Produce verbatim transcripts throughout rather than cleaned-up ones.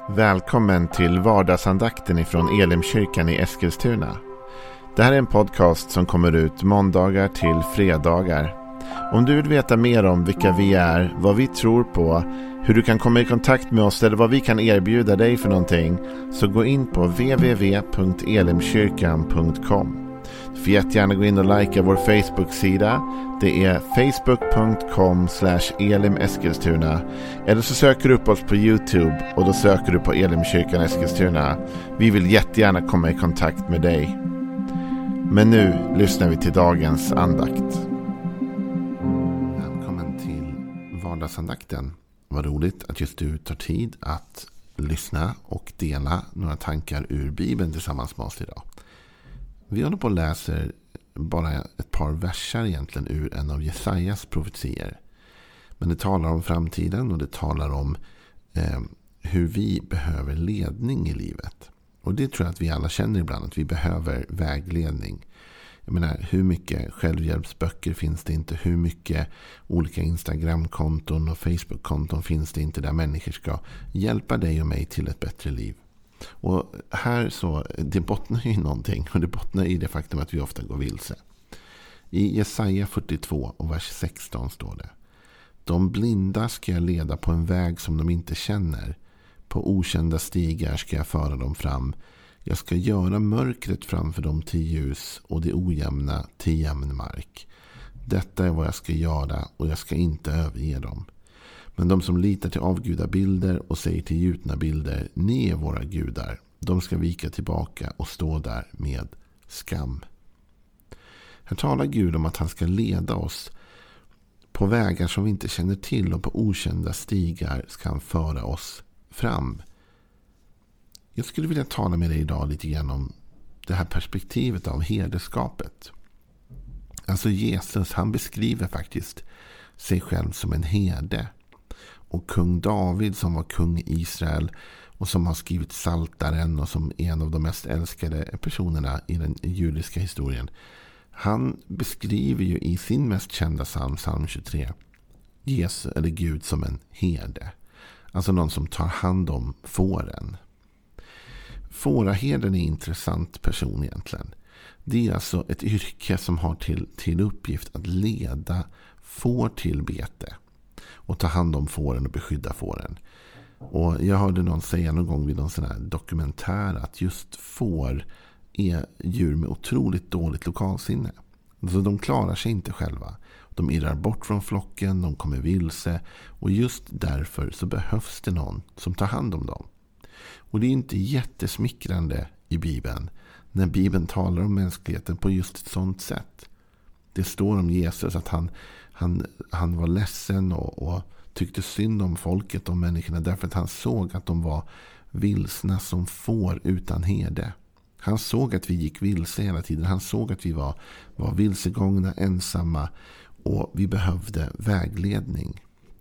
Välkommen till vardagsandakten ifrån Elimkyrkan i Eskilstuna. Det här är en podcast som kommer ut måndagar till fredagar. Om du vill veta mer om vilka vi är, vad vi tror på, hur du kan komma i kontakt med oss eller vad vi kan erbjuda dig för någonting, så gå in på w w w punkt elimkyrkan punkt com. Du får jättegärna gå in och likea vår Facebook-sida. Det är facebook punkt com slash elimeskilstuna. Eller så söker du upp oss på YouTube och då söker du på Elimkyrkan Eskilstuna. Vi vill jättegärna komma i kontakt med dig. Men nu lyssnar vi till dagens andakt. Välkommen till vardagsandakten. Vad roligt att just du tar tid att lyssna och dela några tankar ur Bibeln tillsammans med oss idag. Vi håller på och läser bara ett par versar egentligen ur en av Jesajas profetier. Men det talar om framtiden och det talar om eh, hur vi behöver ledning i livet. Och det tror jag att vi alla känner ibland, att vi behöver vägledning. Jag menar, hur mycket självhjälpsböcker finns det inte? Hur mycket olika Instagram-konton och Facebook-konton finns det inte där människor ska hjälpa dig och mig till ett bättre liv? Och här så, det bottnar ju någonting, och det bottnar i det faktum att vi ofta går vilse. I Jesaja fyrtiotvå och vers sexton står det: De blinda ska jag leda på en väg som de inte känner. På okända stigar ska jag föra dem fram. Jag ska göra mörkret framför dem till ljus och det ojämna till jämn mark. Detta är vad jag ska göra, och jag ska inte överge dem. Men de som litar till avgudabilder och säger till gjutna bilder, ni är våra gudar, de ska vika tillbaka och stå där med skam. Här talar Gud om att han ska leda oss på vägar som vi inte känner till, och på okända stigar ska han föra oss fram. Jag skulle vilja tala med dig idag lite grann om det här perspektivet av herdeskapet. Alltså Jesus, han beskriver faktiskt sig själv som en herde. Och kung David, som var kung i Israel och som har skrivit Psaltaren och som är en av de mest älskade personerna i den judiska historien, han beskriver ju i sin mest kända psalm, psalm tjugotre, Jesus eller Gud som en herde. Alltså någon som tar hand om fåren. Fåraherden är en intressant person egentligen. Det är alltså ett yrke som har till, till uppgift att leda får till bete och ta hand om fåren och beskydda fåren. Och jag hörde någon säga någon gång vid någon sån här dokumentär att just får är djur med otroligt dåligt lokalsinne. Så de klarar sig inte själva. De irrar bort från flocken, de kommer vilse, och just därför så behövs det någon som tar hand om dem. Och det är inte jättesmickrande i Bibeln när Bibeln talar om mänskligheten på just ett sånt sätt. Det står om Jesus att han, han, han var ledsen och, och tyckte synd om folket, om människorna, därför att han såg att de var vilsna som får utan herde. Han såg att vi gick vilse hela tiden. Han såg att vi var, var vilsegångna, ensamma, och vi behövde vägledning.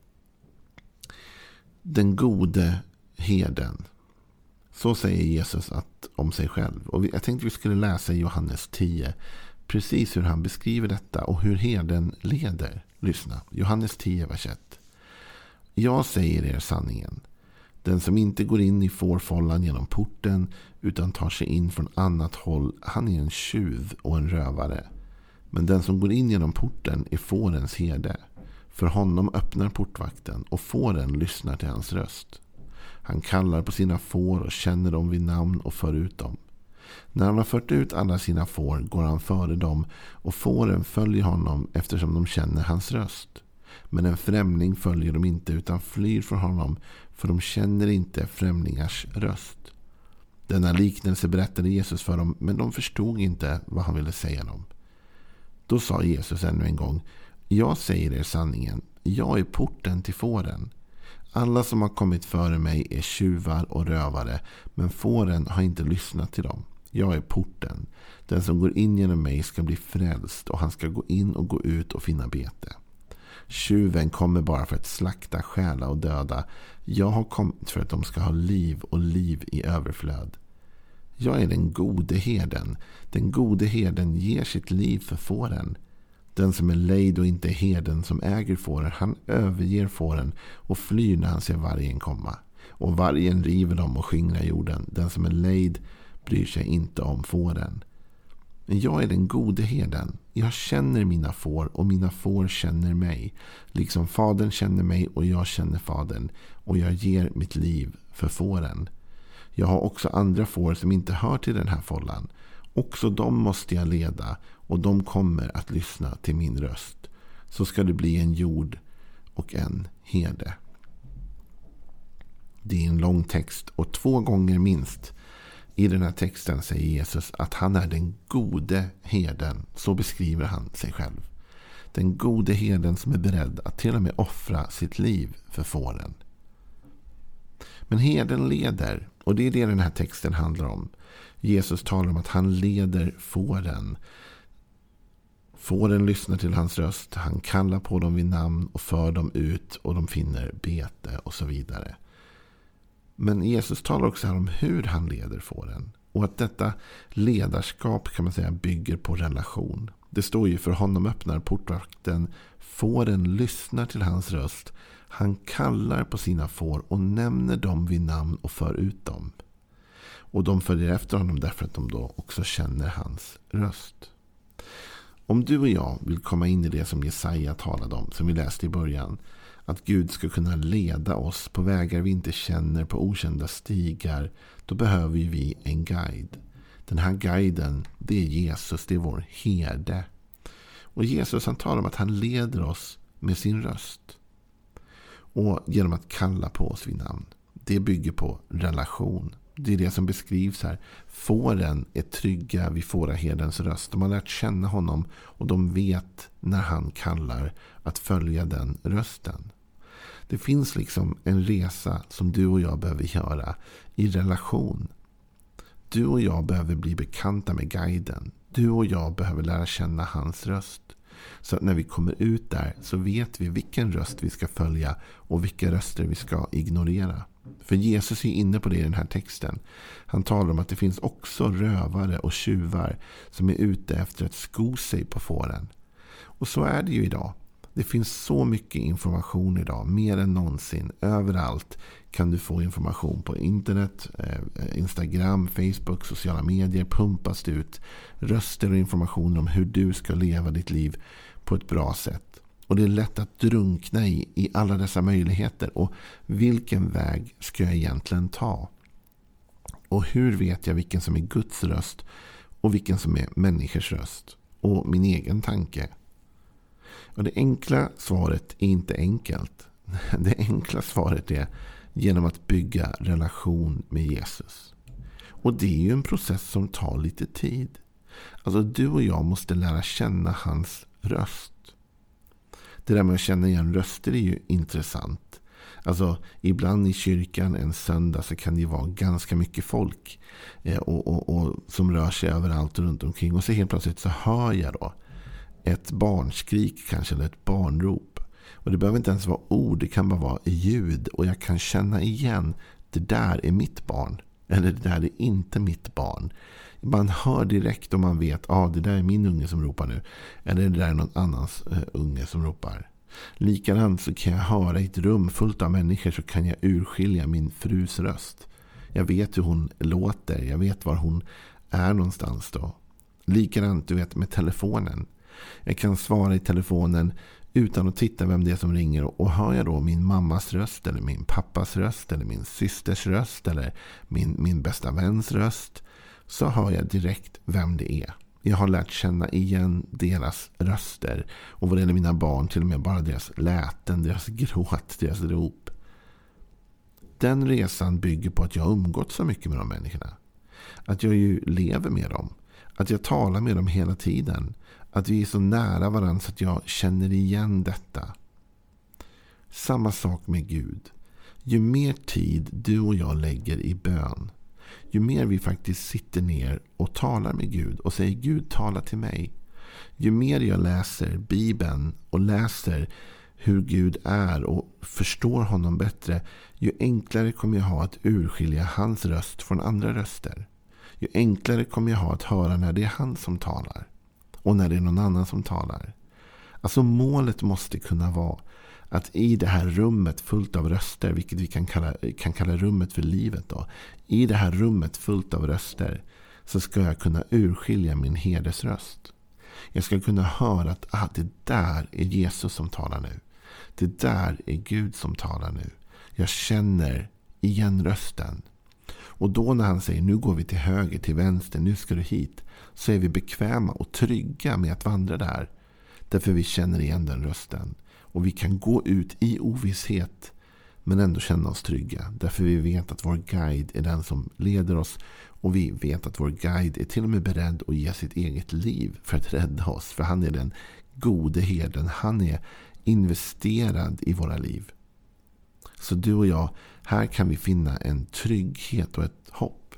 Den gode herden. Så säger Jesus att, om sig själv. Och vi, jag tänkte vi skulle läsa i Johannes tio. Precis hur han beskriver detta och hur herden leder. Lyssna. Johannes tio, vers ett. Jag säger er sanningen. Den som inte går in i fårfållan genom porten utan tar sig in från annat håll, han är en tjuv och en rövare. Men den som går in genom porten är fårens herde. För honom öppnar portvakten och fåren lyssnar till hans röst. Han kallar på sina får och känner dem vid namn och för ut dem. När han har fört ut alla sina får går han före dem, och fåren följer honom eftersom de känner hans röst. Men en främling följer dem inte utan flyr från honom, för de känner inte främlingars röst. Denna liknelse berättade Jesus för dem, men de förstod inte vad han ville säga dem. Då sa Jesus ännu en gång: Jag säger er sanningen, jag är porten till fåren. Alla som har kommit före mig är tjuvar och rövare, men fåren har inte lyssnat till dem. Jag är porten. Den som går in genom mig ska bli frälst, och han ska gå in och gå ut och finna bete. Tjuven kommer bara för att slakta, stjäla och döda. Jag har kommit för att de ska ha liv och liv i överflöd. Jag är den gode herden. Den gode herden ger sitt liv för fåren. Den som är lejd och inte är herden som äger fåren, han överger fåren och flyr när han ser vargen komma. Och vargen river dem och skingrar jorden. Den som är lejd bryr sig inte om fåren. Men jag är den gode herden. Jag känner mina får och mina får känner mig. Liksom fadern känner mig och jag känner fadern. Och jag ger mitt liv för fåren. Jag har också andra får som inte hör till den här fållan. Också dem måste jag leda och de kommer att lyssna till min röst. Så ska det bli en jord och en herde. Det är en lång text och två gånger minst i den här texten säger Jesus att han är den gode herden. Så beskriver han sig själv. Den gode herden som är beredd att till och med offra sitt liv för fåren. Men herden leder, och det är det den här texten handlar om. Jesus talar om att han leder fåren. Fåren lyssnar till hans röst. Han kallar på dem vid namn och för dem ut och de finner bete och så vidare. Men Jesus talar också här om hur han leder fåren. Och att detta ledarskap kan man säga bygger på relation. Det står ju för honom öppnar portvakten. Fåren lyssnar till hans röst. Han kallar på sina får och nämner dem vid namn och för ut dem. Och de följer efter honom därför att de då också känner hans röst. Om du och jag vill komma in i det som Jesaja talade om, som vi läste i början, att Gud ska kunna leda oss på vägar vi inte känner, på okända stigar, då behöver vi en guide. Den här guiden, det är Jesus, det är vår herde. Och Jesus han talar om att han leder oss med sin röst. Och genom att kalla på oss vid namn. Det bygger på relation. Det är det som beskrivs här. Fåren är trygga vid fåraherdens röst. De har lärt känna honom och de vet när han kallar att följa den rösten. Det finns liksom en resa som du och jag behöver göra i relation. Du och jag behöver bli bekanta med guiden. Du och jag behöver lära känna hans röst. Så att när vi kommer ut där så vet vi vilken röst vi ska följa och vilka röster vi ska ignorera. För Jesus är inne på det i den här texten. Han talar om att det finns också rövare och tjuvar som är ute efter att sko sig på fåren. Och så är det ju idag. Det finns så mycket information idag, mer än någonsin. Överallt kan du få information på internet, Instagram, Facebook, sociala medier. Pumpas det ut röster och information om hur du ska leva ditt liv på ett bra sätt. Och det är lätt att drunkna i, i alla dessa möjligheter. Och vilken väg ska jag egentligen ta? Och hur vet jag vilken som är Guds röst och vilken som är människors röst? Och min egen tanke. Och det enkla svaret är inte enkelt. Det enkla svaret är genom att bygga relation med Jesus. Och det är ju en process som tar lite tid. Alltså du och jag måste lära känna hans röst. Det där med att känna igen röster är ju intressant. Alltså ibland i kyrkan en söndag så kan det vara ganska mycket folk. Eh, och, och, och som rör sig överallt runt omkring. Och så helt plötsligt så hör jag då ett barnskrik kanske eller ett barnrop. Och det behöver inte ens vara ord, det kan bara vara ljud. Och jag kan känna igen, det där är mitt barn. Eller det där är inte mitt barn. Man hör direkt och man vet, ja ah, det där är min unge som ropar nu. Eller det där är någon annans uh, unge som ropar. Likadant så kan jag höra i ett rum fullt av människor så kan jag urskilja min frus röst. Jag vet hur hon låter, jag vet var hon är någonstans då. Likadant du vet med telefonen. Jag kan svara i telefonen utan att titta vem det är som ringer. Och hör jag då min mammas röst eller min pappas röst eller min systers röst eller min, min bästa väns röst, så hör jag direkt vem det är. Jag har lärt känna igen deras röster. Och vad det gäller mina barn, till och med bara deras läten, deras gråt, deras rop. Den resan bygger på att jag har umgått så mycket med de människorna. Att jag ju lever med dem. Att jag talar med dem hela tiden. Att vi är så nära varandra så att jag känner igen detta. Samma sak med Gud. Ju mer tid du och jag lägger i bön, ju mer vi faktiskt sitter ner och talar med Gud och säger Gud tala till mig. Ju mer jag läser Bibeln och läser hur Gud är och förstår honom bättre, ju enklare kommer jag ha att urskilja hans röst från andra röster. Ju enklare kommer jag ha att höra när det är han som talar och när det är någon annan som talar. Alltså målet måste kunna vara att i det här rummet fullt av röster, vilket vi kan kalla, kan kalla rummet för livet då. I det här rummet fullt av röster så ska jag kunna urskilja min herdes röst. Jag ska kunna höra att ah, det där är Jesus som talar nu. Det där är Gud som talar nu. Jag känner igen rösten. Och då när han säger nu går vi till höger, till vänster, nu ska du hit, så är vi bekväma och trygga med att vandra där. Därför vi känner igen den rösten. Och vi kan gå ut i ovisshet men ändå känna oss trygga. Därför vi vet att vår guide är den som leder oss. Och vi vet att vår guide är till och med beredd att ge sitt eget liv för att rädda oss. För han är den gode herden. Han är investerad i våra liv. Så du och jag, här kan vi finna en trygghet och ett hopp.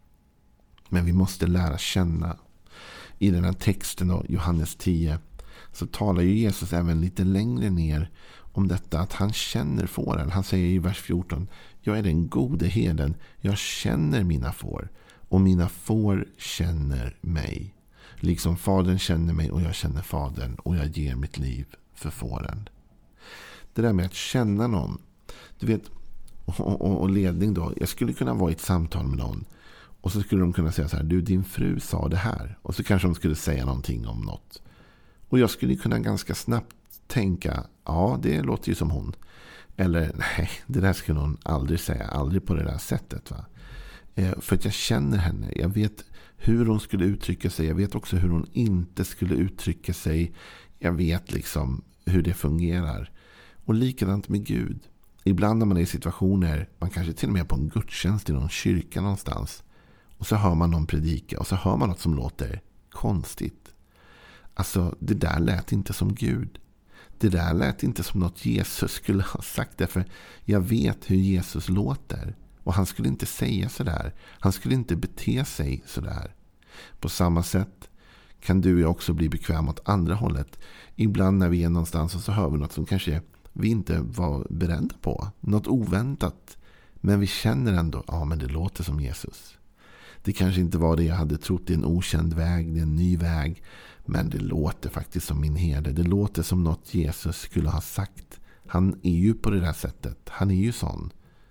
Men vi måste lära känna. I den här texten då, Johannes tio, så talar ju Jesus även lite längre ner om detta att han känner fåren. Han säger i vers fjorton: jag är den gode herden, jag känner mina får och mina får känner mig. Liksom fadern känner mig och jag känner fadern och jag ger mitt liv för fåren. Det där med att känna någon, du vet, och, och, och ledning då. Jag skulle kunna vara i ett samtal med någon och så skulle de kunna säga så här: du, din fru sa det här. Och så kanske de skulle säga någonting om något. Och jag skulle kunna ganska snabbt tänka, ja, det låter ju som hon. Eller, nej, det där skulle hon aldrig säga. Aldrig på det där sättet, va? Eh, för att jag känner henne. Jag vet hur hon skulle uttrycka sig. Jag vet också hur hon inte skulle uttrycka sig. Jag vet liksom hur det fungerar. Och likadant med Gud. Ibland när man är i situationer, man kanske till och med är på en gudstjänst i någon kyrka någonstans. Och så hör man någon predika och så hör man något som låter konstigt. Alltså, det där lät inte som Gud. Det där lät inte som något Jesus skulle ha sagt. Därför jag vet hur Jesus låter. Och han skulle inte säga sådär. Han skulle inte bete sig sådär. På samma sätt kan du och jag också bli bekväm åt andra hållet. Ibland när vi är någonstans och så hör vi något som kanske vi inte var beredda på. Något oväntat. Men vi känner ändå, ja men det låter som Jesus. Det kanske inte var det jag hade trott. Det är en okänd väg, det är en ny väg. Men det låter faktiskt som min herde. Det låter som något Jesus skulle ha sagt. Han är ju på det där sättet. Han är ju sån.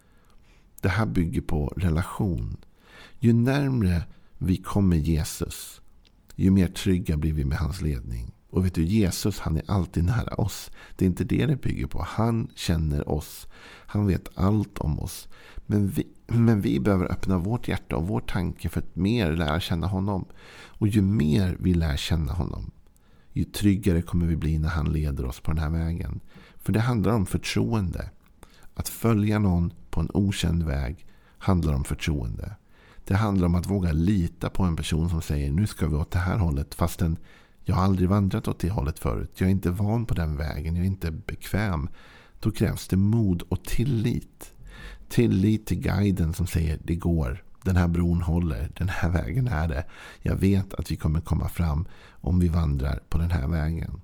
Det här bygger på relation. Ju närmare vi kommer Jesus, ju mer trygga blir vi med hans ledning. Och vet du, Jesus, han är alltid nära oss. Det är inte det det bygger på. Han känner oss. Han vet allt om oss. Men vi, men vi behöver öppna vårt hjärta och vår tanke för att mer lära känna honom. Och ju mer vi lär känna honom, ju tryggare kommer vi bli när han leder oss på den här vägen. För det handlar om förtroende. Att följa någon på en okänd väg handlar om förtroende. Det handlar om att våga lita på en person som säger nu ska vi åt det här hållet, fastän jag har aldrig vandrat åt det hållet förut. Jag är inte van på den vägen, jag är inte bekväm. Då krävs det mod och tillit. Tillit till guiden som säger det går. Den här bron håller, den här vägen är det. Jag vet att vi kommer komma fram om vi vandrar på den här vägen.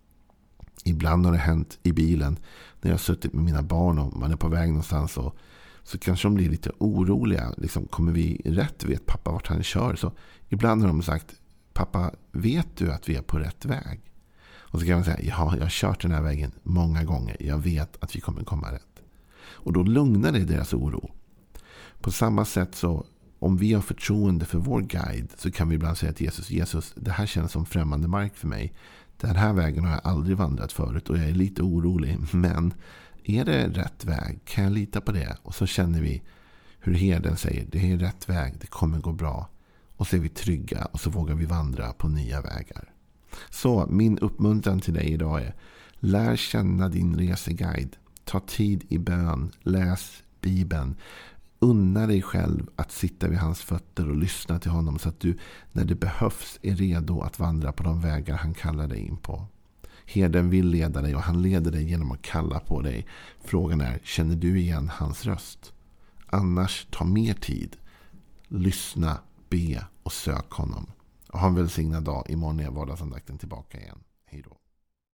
Ibland har det hänt i bilen när jag har suttit med mina barn och man är på väg någonstans och så kanske de blir lite oroliga. Liksom, kommer vi rätt? Vet pappa vart han kör? Så ibland har de sagt, pappa, vet du att vi är på rätt väg? Och så kan man säga, ja, jag har kört den här vägen många gånger. Jag vet att vi kommer komma rätt. Och då lugnar det deras oro. På samma sätt så, om vi har förtroende för vår guide så kan vi ibland säga till Jesus, Jesus, det här känns som främmande mark för mig. Den här vägen har jag aldrig vandrat förut och jag är lite orolig. Men är det rätt väg? Kan jag lita på det? Och så känner vi hur herden säger, det är rätt väg, det kommer gå bra. Och så är vi trygga och så vågar vi vandra på nya vägar. Så min uppmuntran till dig idag är, lär känna din reseguide. Ta tid i bön, läs Bibeln. Unna dig själv att sitta vid hans fötter och lyssna till honom så att du när det behövs är redo att vandra på de vägar han kallar dig in på. Herden vill leda dig och han leder dig genom att kalla på dig. Frågan är, känner du igen hans röst? Annars, ta mer tid. Lyssna, be och sök honom. Och ha en välsignad dag. Imorgon är vardagsandakten tillbaka igen. Hej då.